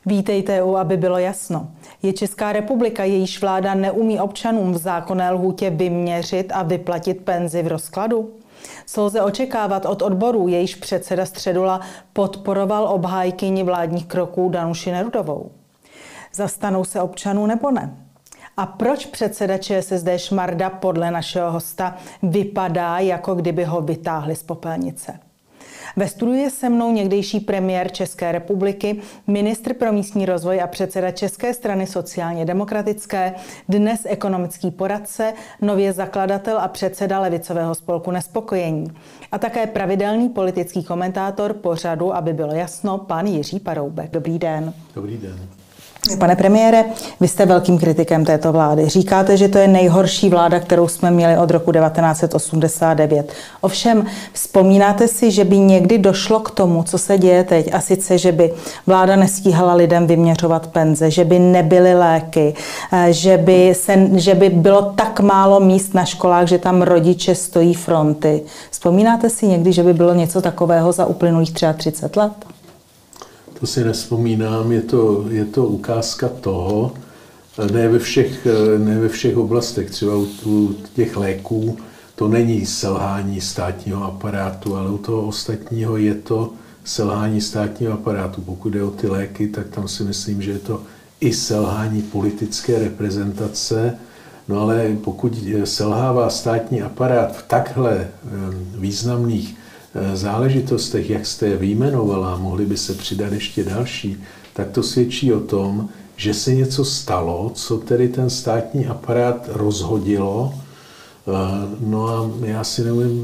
Vítejte u Aby bylo jasno. Je Česká republika, jejíž vláda neumí občanům v zákonné lhůtě vyměřit a vyplatit penzi v rozkladu? Co lze očekávat od odborů, jejíž předseda Středula podporoval obhájkyni vládních kroků Danuši Nerudovou? Zastanou se občanů nebo ne? A proč předseda ČSSD Šmarda podle našeho hosta vypadá, jako kdyby ho vytáhli z popelnice? Ve studiu je se mnou někdejší premiér České republiky, ministr pro místní rozvoj a předseda České strany sociálně demokratické, dnes ekonomický poradce, nově zakladatel a předseda levicového spolku Nespokojení. A také pravidelný politický komentátor pořadu Aby bylo jasno, pan Jiří Paroubek. Dobrý den. Dobrý den. Pane premiére, vy jste velkým kritikem této vlády. Říkáte, že to je nejhorší vláda, kterou jsme měli od roku 1989. Ovšem, vzpomínáte si, že by někdy došlo k tomu, co se děje teď, a sice, že by vláda nestíhala lidem vyměřovat penze, že by nebyly léky, že by bylo tak málo míst na školách, že tam rodiče stojí fronty. Vzpomínáte si někdy, že by bylo něco takového za uplynulých 33 let? To si nevzpomínám, je to ukázka toho, ne ve všech oblastech, třeba u těch léků, to není selhání státního aparátu, ale u toho ostatního je to selhání státního aparátu. Pokud jde o ty léky, tak tam si myslím, že je to i selhání politické reprezentace. No ale pokud selhává státní aparát v takhle významných záležitostech, jak jste je vyjmenovala, mohly by se přidat ještě další, tak to svědčí o tom, že se něco stalo, co tedy ten státní aparát rozhodilo. No a já si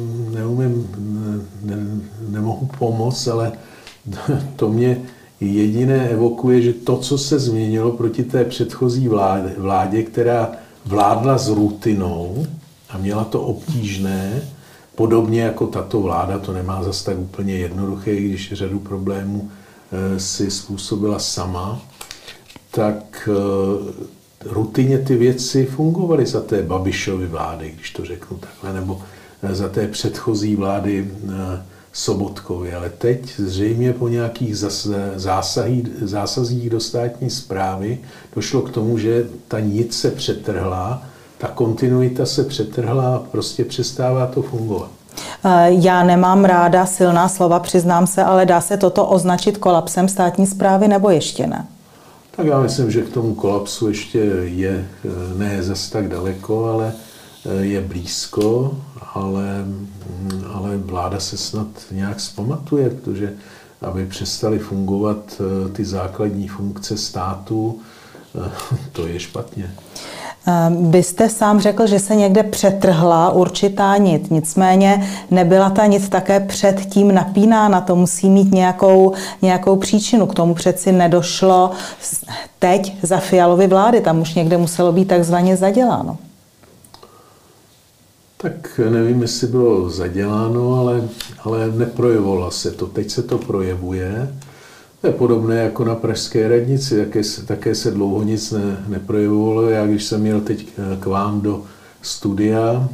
nemohu pomoct, ale to mě jediné evokuje, že to, co se změnilo proti té předchozí vládě, která vládla s rutinou a měla to obtížné, podobně jako tato vláda, to nemá zas tak úplně jednoduché, když řadu problémů si způsobila sama, tak rutině ty věci fungovaly za té Babišovy vlády, když to řeknu takhle, nebo za té předchozí vlády Sobotkovy. Ale teď zřejmě po nějakých zásazích do státní správy došlo k tomu, že ta nit se přetrhla, ta kontinuita se přetrhla a prostě přestává to fungovat. Já nemám ráda silná slova, přiznám se, ale dá se toto označit kolapsem státní správy nebo ještě ne? Tak já myslím, že k tomu kolapsu ještě je ne zas tak daleko, ale je blízko, ale vláda se snad nějak zpamatuje, protože aby přestaly fungovat ty základní funkce státu, to je špatně. Vy jste sám řekl, že se někde přetrhla určitá nit, nicméně nebyla ta nit také předtím napínána, to musí mít nějakou příčinu, k tomu přeci nedošlo teď za Fialovy vlády, tam už někde muselo být takzvaně zaděláno. Tak nevím, jestli bylo zaděláno, ale neprojevovalo se to, teď se to projevuje. To je podobné jako na pražské radnici, také se dlouho nic neprojevovalo. Já když jsem jel teď k vám do studia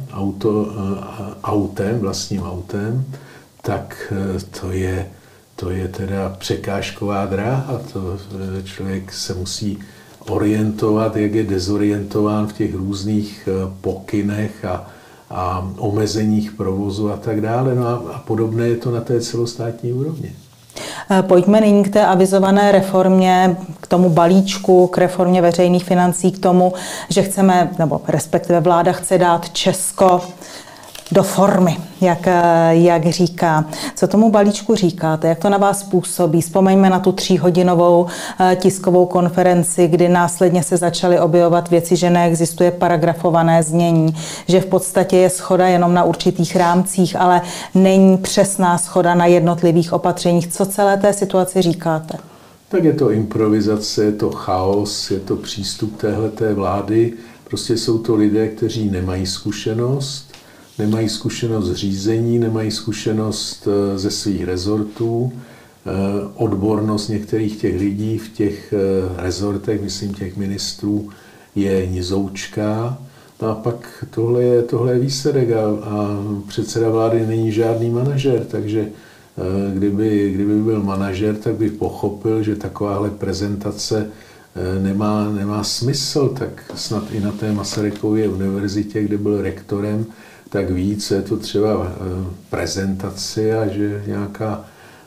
vlastním autem, tak to je teda překážková dráha. To člověk se musí orientovat, jak je dezorientován v těch různých pokynech a omezeních provozu a tak dále. No a podobné je to na té celostátní úrovni. Pojďme nyní k té avizované reformě, k tomu balíčku, k reformě veřejných financí, k tomu, že chceme, nebo respektive vláda chce dát Česko do formy, jak říká. Co tomu balíčku říkáte? Jak to na vás působí? Vzpomeňme na tu 3hodinovou tiskovou konferenci, kdy následně se začaly objevovat věci, že neexistuje paragrafované znění, že v podstatě je shoda jenom na určitých rámcích, ale není přesná shoda na jednotlivých opatřeních. Co celé té situaci říkáte? Tak je to improvizace, je to chaos, je to přístup téhleté vlády. Prostě jsou to lidé, kteří nemají zkušenost z řízení, nemají zkušenost ze svých rezortů, odbornost některých těch lidí v těch rezortech, myslím těch ministrů, je nizoučká. No a pak tohle je výsledek a předseda vlády není žádný manažer, takže kdyby byl manažer, tak by pochopil, že takováhle prezentace nemá smysl, tak snad i na té Masarykově univerzitě, kde byl rektorem, tak ví, co je to třeba prezentace a že nějaká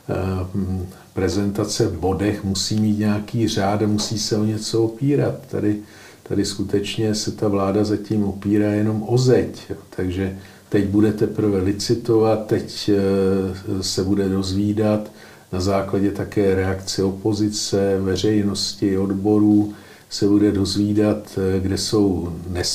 prezentace v bodech musí mít nějaký řád a musí se o něco opírat. Tady skutečně se ta vláda zatím opírá jenom o zeď, takže teď bude teprve licitovat, teď se bude dozvídat na základě také reakce opozice, veřejnosti, odborů, se bude dozvídat, kde jsou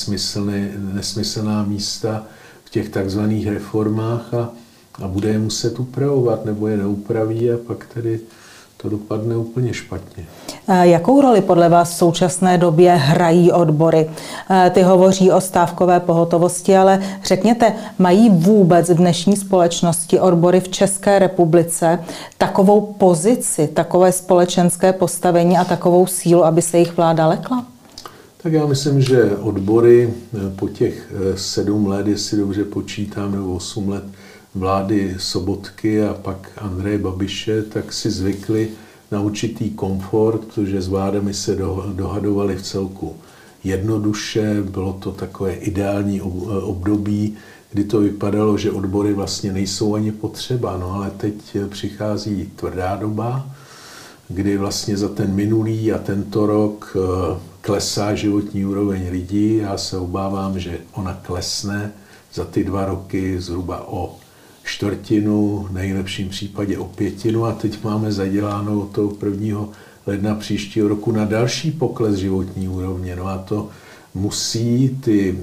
nesmyslná místa v těch takzvaných reformách a bude je muset upravovat, nebo je neupraví a pak tedy to dopadne úplně špatně. Jakou roli podle vás v současné době hrají odbory? Ty hovoří o stávkové pohotovosti, ale řekněte, mají vůbec v dnešní společnosti odbory v České republice takovou pozici, takové společenské postavení a takovou sílu, aby se jich vláda lekla? Tak já myslím, že odbory po těch 7 let, jestli dobře počítám, nebo 8 let vlády Sobotky a pak Andreje Babiše, tak si zvykli na určitý komfort, že s vládami se dohadovali v celku jednoduše, bylo to takové ideální období, kdy to vypadalo, že odbory vlastně nejsou ani potřeba. No ale teď přichází tvrdá doba, kdy vlastně za ten minulý a tento rok klesá životní úroveň lidí. Já se obávám, že ona klesne za ty 2 roky zhruba o 1/4, v nejlepším případě o 1/5 a teď máme zaděláno od toho 1. ledna příštího roku na další pokles životní úrovně. No a to musí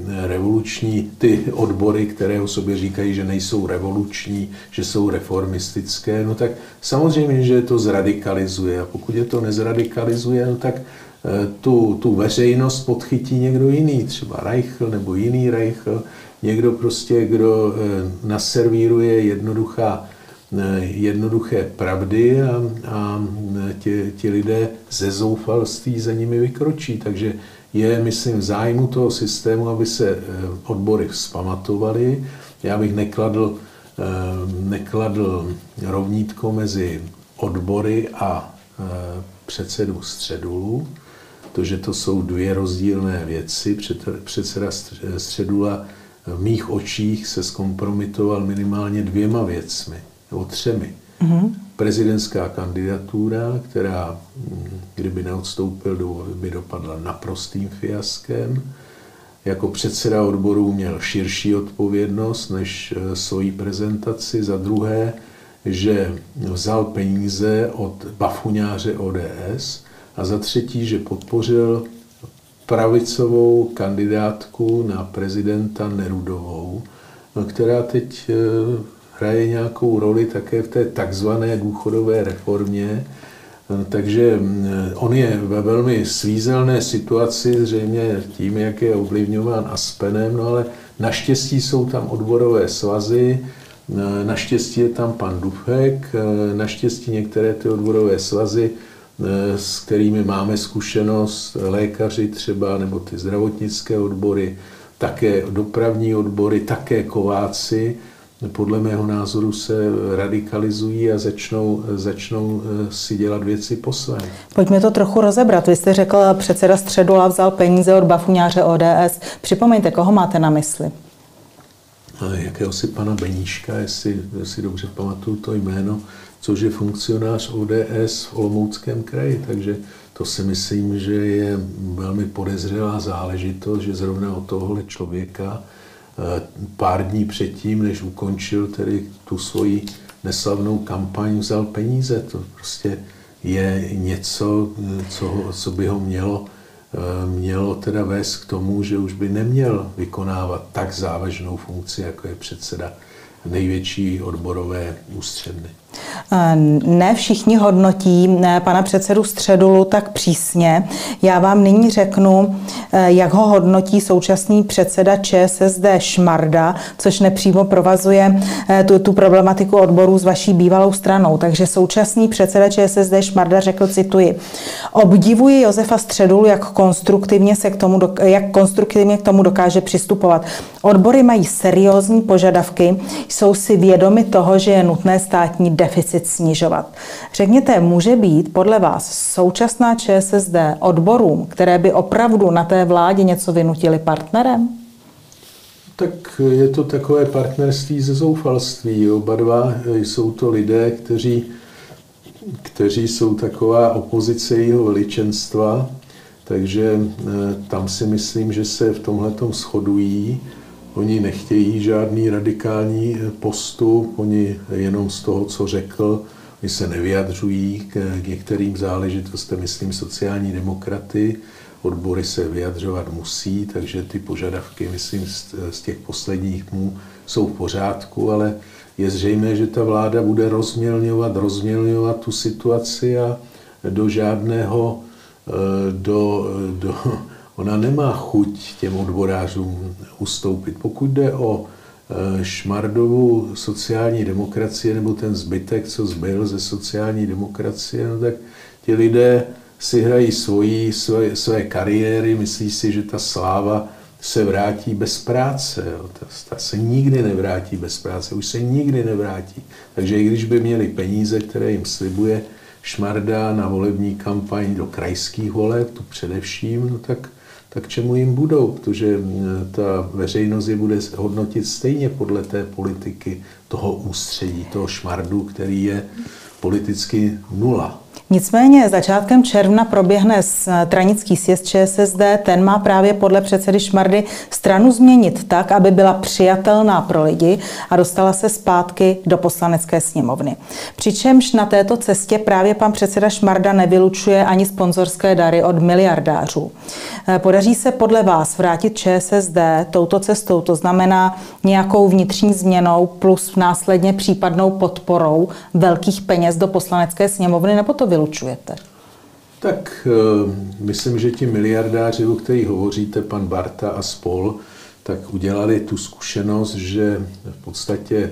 ty odbory, které o sobě říkají, že nejsou revoluční, že jsou reformistické, no tak samozřejmě, že to zradikalizuje a pokud je to nezradikalizuje, no tak tu veřejnost podchytí někdo jiný, třeba Reichl nebo jiný Reichl, někdo prostě, kdo naservíruje jednoduché pravdy a ti lidé ze zoufalství za nimi vykročí. Takže je, myslím, v zájmu toho systému, aby se odbory vzpamatovaly. Já bych nekladl rovnítko mezi odbory a předsedu Středulu, protože to jsou 2 rozdílné věci. Předseda Středula v mých očích se zkompromitoval minimálně 2 věcmi, nebo 3. Prezidentská kandidatura, která, kdyby neodstoupil, by dopadla naprostým fiaskem. Jako předseda odborů měl širší odpovědnost než svoji prezentaci. Za druhé, že vzal peníze od bafuňáře ODS. A za třetí, že podpořil pravicovou kandidátku na prezidenta Nerudovou, která teď hraje nějakou roli také v té takzvané důchodové reformě. Takže on je ve velmi svízelné situaci, zřejmě tím, jak je ovlivňován Aspenem, no ale naštěstí jsou tam odborové svazy, naštěstí je tam pan Dufek, naštěstí některé ty odborové svazy, s kterými máme zkušenost, lékaři třeba, nebo ty zdravotnické odbory, také dopravní odbory, také kováci, podle mého názoru se radikalizují a začnou si dělat věci po svém. Pojďme to trochu rozebrat. Vy jste řekl, předseda Středula vzal peníze od bafuňáře ODS. Připomeňte, koho máte na mysli? Jakéhosi pana Beníška, jestli si dobře pamatuju to jméno, což je funkcionář ODS v Olomouckém kraji. Takže to si myslím, že je velmi podezřelá záležitost, že zrovna od tohohle člověka pár dní předtím, než ukončil tedy tu svoji neslavnou kampaň, vzal peníze. To prostě je něco, co by ho mělo teda vést k tomu, že už by neměl vykonávat tak závažnou funkci, jako je předseda největší odborové ústředny. Ne všichni hodnotí pana předsedu Středulu tak přísně. Já vám nyní řeknu, jak ho hodnotí současný předseda ČSSD Šmarda, což nepřímo provazuje tu problematiku odborů s vaší bývalou stranou. Takže současný předseda ČSSD Šmarda řekl, cituji, obdivuji Josefa Středulu, jak konstruktivně k tomu dokáže přistupovat. Odbory mají seriózní požadavky, jsou si vědomi toho, že je nutné státní deficit snižovat. Řekněte, může být podle vás současná ČSSD odborům, které by opravdu na té vládě něco vynutili, partnerem? Tak je to takové partnerství ze zoufalství. Oba dva jsou to lidé, kteří jsou taková opozice jeho veličenstva, takže tam si myslím, že se v tomhletom shodují. Oni nechtějí žádný radikální postup, oni jenom z toho, co řekl, oni se nevyjadřují k některým záležitostem, myslím sociální demokraty, odbory se vyjadřovat musí, takže ty požadavky, myslím, z těch posledních dnů jsou v pořádku, ale je zřejmé, že ta vláda bude rozmělňovat tu situaci a do žádného, ona nemá chuť těm odborářům ustoupit. Pokud jde o Šmardovu sociální demokracie nebo ten zbytek, co zbyl ze sociální demokracie, no tak ti lidé si hrají své kariéry, myslí si, že ta sláva se vrátí bez práce. Jo. Ta se nikdy nevrátí bez práce, už se nikdy nevrátí. Takže i když by měli peníze, které jim slibuje Šmarda na volební kampaň do krajských voleb, tu především, no tak čemu jim budou, protože ta veřejnost je bude hodnotit stejně podle té politiky toho ústředí, toho Šmardu, který je politicky nula. Nicméně začátkem června proběhne stranický sjezd ČSSD, ten má právě podle předsedy Šmardy stranu změnit tak, aby byla přijatelná pro lidi a dostala se zpátky do Poslanecké sněmovny. Přičemž na této cestě právě pan předseda Šmarda nevylučuje ani sponzorské dary od miliardářů. Podaří se podle vás vrátit ČSSD touto cestou, to znamená nějakou vnitřní změnou plus následně případnou podporou velkých peněz do Poslanecké sněmovny, nebo to vylučujete? Tak myslím, že ti miliardáři, o kterých hovoříte, pan Barta a spol, tak udělali tu zkušenost, že v podstatě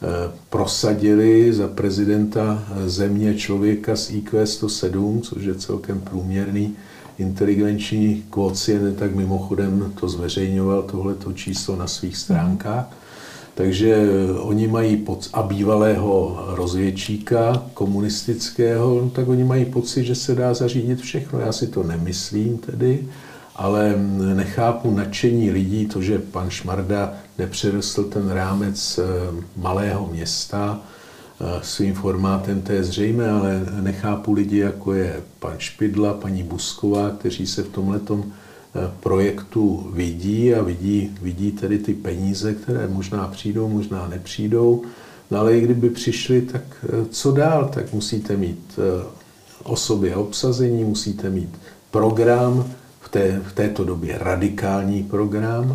prosadili za prezidenta země člověka s IQ 107, což je celkem průměrný inteligenční kvocient, tak mimochodem to zveřejňoval tohleto číslo na svých stránkách. Takže oni mají a bývalého rozvědčíka komunistického, no tak oni mají pocit, že se dá zařídit všechno. Já si to nemyslím tedy, ale nechápu nadšení lidí, to, že pan Šmarda nepřerostl ten rámec malého města svým formátem, to je zřejmé, ale nechápu lidi, jako je pan Špidla, paní Busková, kteří se v tomhletom projektu vidí a vidí tedy ty peníze, které možná přijdou, možná nepřijdou. No ale i kdyby přišli, tak co dál? Tak musíte mít osoby a obsazení, musíte mít program, v této době radikální program,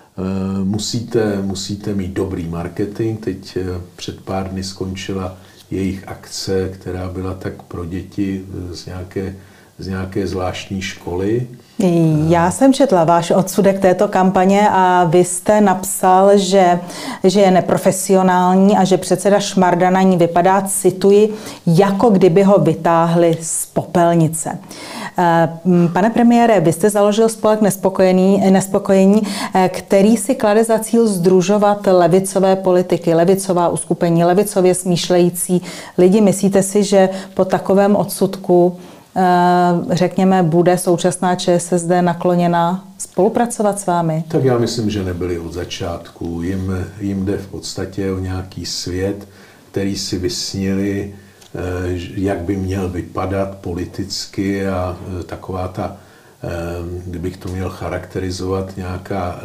musíte mít dobrý marketing. Teď před pár dny skončila jejich akce, která byla tak pro děti z nějaké zvláštní školy. Já jsem četla váš odsudek této kampaně a vy jste napsal, že je neprofesionální a že předseda Šmarda na ní vypadá, cituji, jako kdyby ho vytáhli z popelnice. Pane premiére, vy jste založil spolek Nespokojení, který si klade za cíl sdružovat levicové politiky, levicová uskupení, levicově smýšlející lidi. Myslíte si, že po takovém odsudku řekněme, bude současná ČSSD nakloněna spolupracovat s vámi? Tak já myslím, že nebyli od začátku. Jim jde v podstatě o nějaký svět, který si vysnili, jak by měl vypadat politicky a taková ta, kdybych to měl charakterizovat, nějaká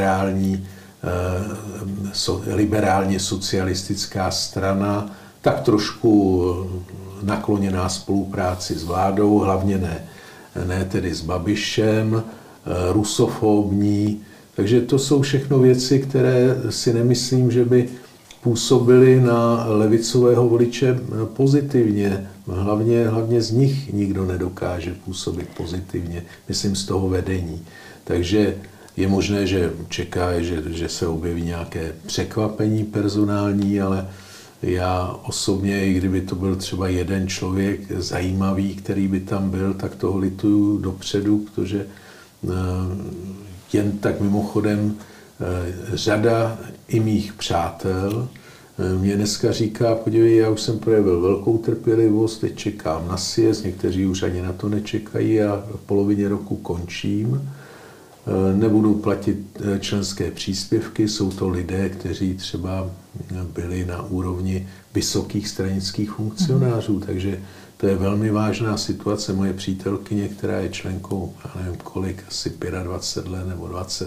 liberálně socialistická strana, tak trošku nakloněná spolupráci s vládou, hlavně ne tedy s Babišem, rusofobní. Takže to jsou všechno věci, které si nemyslím, že by působili na levicového voliče pozitivně. Hlavně z nich nikdo nedokáže působit pozitivně, myslím z toho vedení. Takže je možné, že čeká, že se objeví nějaké překvapení personální, ale já osobně, i kdyby to byl třeba jeden člověk zajímavý, který by tam byl, tak toho lituju dopředu, protože jen tak mimochodem řada i mých přátel mě dneska říká, podívej, já už jsem projevil velkou trpělivost, teď čekám na sjezd, někteří už ani na to nečekají a v polovině roku končím. Nebudu platit členské příspěvky, jsou to lidé, kteří třeba byli na úrovni vysokých stranických funkcionářů, takže to je velmi vážná situace. Moje přítelkyně, která je členkou, já nevím kolik, asi 25 let nebo 20,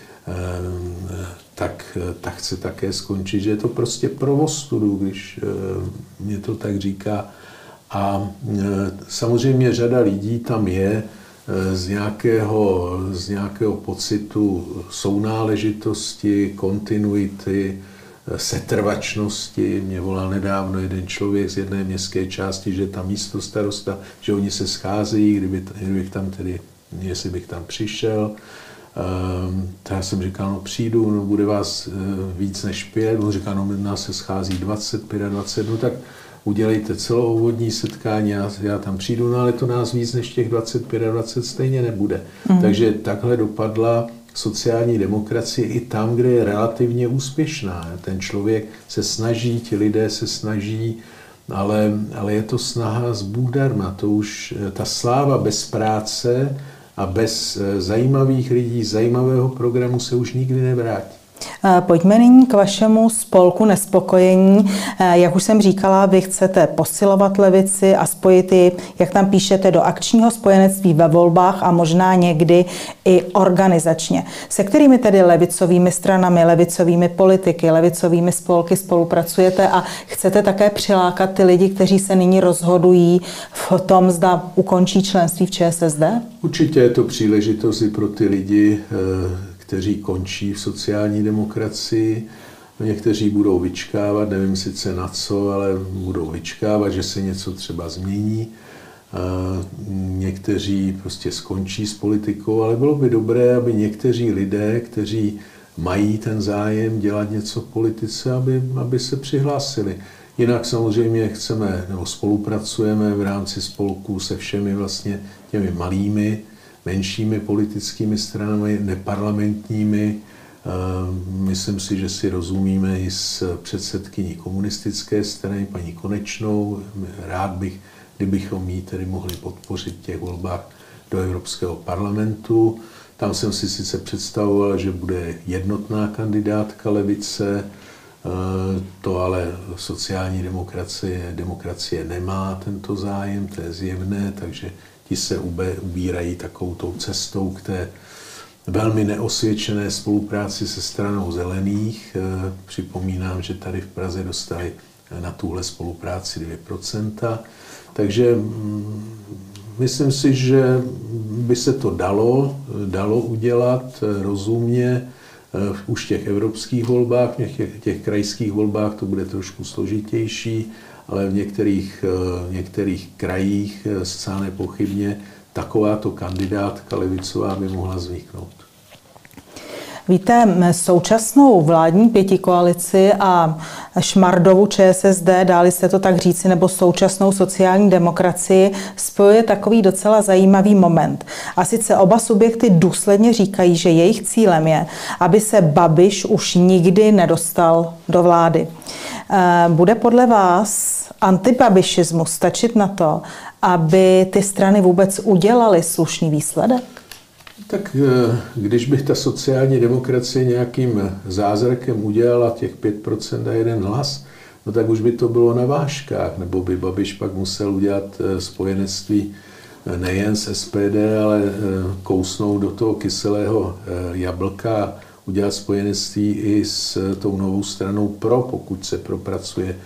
tak chce také skončit, že je to prostě provostudu, když mě to tak říká. A samozřejmě řada lidí tam je z nějakého pocitu sounáležitosti, kontinuity, setrvačnosti. Mě volal nedávno jeden člověk z jedné městské části, že tam místostarosta, že oni se scházejí, jestli bych tam přišel. Tak já jsem říkal, no přijdu, no bude vás víc než 5. On říkal, no nás se schází 20, 25, no tak udělejte celoobvodní setkání, já tam přijdu, no ale to nás víc než těch 25 stejně nebude. Takže takhle dopadla sociální demokracie i tam, kde je relativně úspěšná. Ten člověk se snaží, ti lidé se snaží, ale je to snaha z Bůh darma. To už ta sláva bez práce a bez zajímavých lidí, zajímavého programu se už nikdy nevrátí. Pojďme nyní k vašemu spolku Nespokojení. Jak už jsem říkala, vy chcete posilovat levici a spojit ji, jak tam píšete, do akčního spojenectví ve volbách a možná někdy i organizačně. Se kterými tedy levicovými stranami, levicovými politiky, levicovými spolky spolupracujete a chcete také přilákat ty lidi, kteří se nyní rozhodují v tom, zda ukončí členství v ČSSD? Určitě je to příležitost i pro ty lidi, kteří končí v sociální demokracii. Někteří budou vyčkávat, nevím sice na co, ale budou vyčkávat, že se něco třeba změní. Někteří prostě skončí s politikou, ale bylo by dobré, aby někteří lidé, kteří mají ten zájem dělat něco v politice, aby se přihlásili. Jinak samozřejmě chceme, nebo spolupracujeme v rámci spolků se všemi vlastně těmi malými, menšími politickými stranami, neparlamentními. Myslím si, že si rozumíme i s předsedkyní komunistické strany, paní Konečnou. Rád bych, kdybychom ji tedy mohli podpořit v těch volbách do Evropského parlamentu. Tam jsem si sice představoval, že bude jednotná kandidátka levice, to ale sociální demokracie nemá tento zájem, to je zjevné, takže ti se ubírají takovou tou cestou k té velmi neosvědčené spolupráci se stranou zelených. Připomínám, že tady v Praze dostali na tuhle spolupráci 2%. Takže myslím si, že by se to dalo udělat rozumně. Už v těch evropských volbách, v těch krajských volbách to bude trošku složitější, ale v některých krajích zcela nepochybně takováto kandidátka levicová by mohla vzniknout. Víte, současnou vládní pětikoalici a šmardovu ČSSD, dáli se to tak říci, nebo současnou sociální demokracii, spojuje takový docela zajímavý moment. A sice oba subjekty důsledně říkají, že jejich cílem je, aby se Babiš už nikdy nedostal do vlády. Bude podle vás antibabišismus stačit na to, aby ty strany vůbec udělaly slušný výsledek? Tak když by ta sociální demokracie nějakým zázrakem udělala těch 5% a jeden hlas, no tak už by to bylo na vážkách, nebo by Babiš pak musel udělat spojenectví nejen s SPD, ale kousnout do toho kyselého jablka, udělat spojenectví i s tou novou stranou pokud se propracuje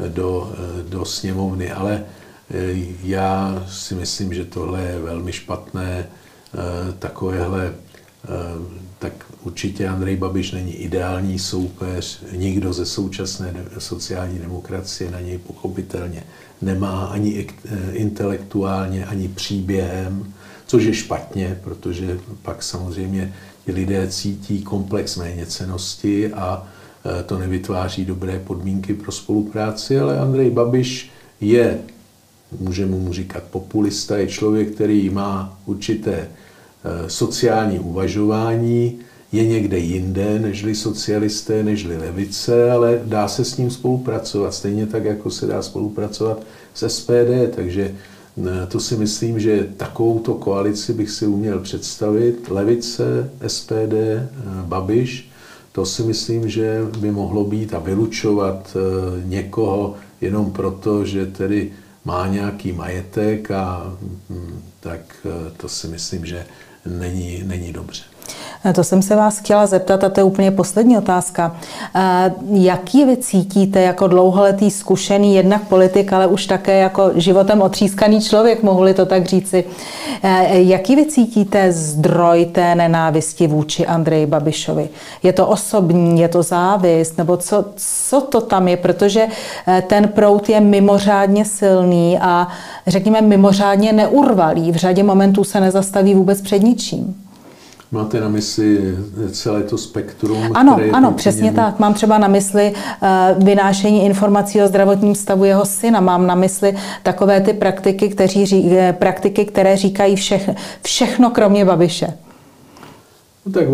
do sněmovny. Ale já si myslím, že tohle je velmi špatné. Takovéhle tak určitě Andrej Babiš není ideální soupeř, nikdo ze současné sociální demokracie na něj pochopitelně nemá ani intelektuálně, ani příběhem, což je špatně, protože pak samozřejmě ti lidé cítí komplex méněcennosti a to nevytváří dobré podmínky pro spolupráci, ale Andrej Babiš je, můžeme mu říkat populista, je člověk, který má určité sociální uvažování, je někde jinde nežli socialisté, nežli levice, ale dá se s ním spolupracovat, stejně tak, jako se dá spolupracovat s SPD, takže to si myslím, že takovouto koalici bych si uměl představit, levice, SPD, Babiš, to si myslím, že by mohlo být a vylučovat někoho jenom proto, že tedy má nějaký majetek a tak to si myslím, že není dobře. To jsem se vás chtěla zeptat a to je úplně poslední otázka. Jaký vy cítíte jako dlouholetý zkušený jednak politik, ale už také jako životem otřískaný člověk, mohu-li to tak říci. Jaký vy cítíte zdroj té nenávisti vůči Andreji Babišovi? Je to osobní, je to závist, nebo co to tam je? Protože ten proud je mimořádně silný a řekněme mimořádně neurvalý. V řadě momentů se nezastaví vůbec před ničím. Máte na mysli celé to spektrum? Ano, přesně tak. Mám třeba na mysli vynášení informací o zdravotním stavu jeho syna. Mám na mysli takové ty praktiky, které říkají všechno kromě Babiše. No tak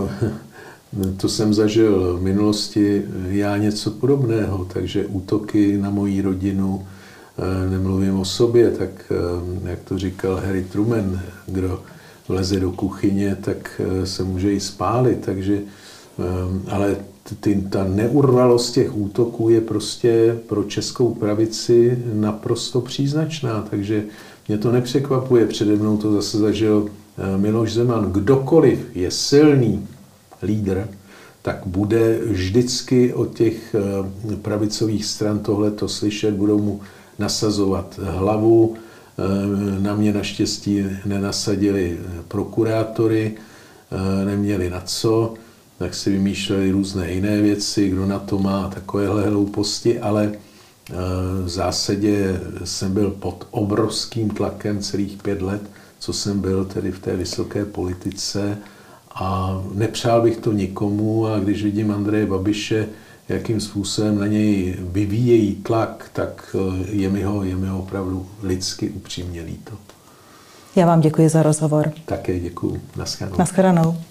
to jsem zažil v minulosti já něco podobného, takže útoky na moji rodinu, nemluvím o sobě, tak jak to říkal Harry Truman, kdo vleze do kuchyně, tak se může i spálit, takže, ale ta neurvalost těch útoků je prostě pro českou pravici naprosto příznačná, takže mě to nepřekvapuje, přede mnou to zase zažil Miloš Zeman. Kdokoliv je silný lídr, tak bude vždycky od těch pravicových stran tohleto slyšet, budou mu nasazovat hlavu. Na mě naštěstí nenasadili prokurátory, neměli na co, tak si vymýšleli různé jiné věci, kdo na to má takovéhle hlouposti, ale v zásadě jsem byl pod obrovským tlakem celých 5 let, co jsem byl tedy v té vysoké politice a nepřál bych to nikomu a když vidím Andreje Babiše, jakým způsobem na něj vyvíjejí tlak, tak je mi ho opravdu lidsky upřímně líto. Já vám děkuji za rozhovor. Také děkuji. Naschledanou. Naschledanou.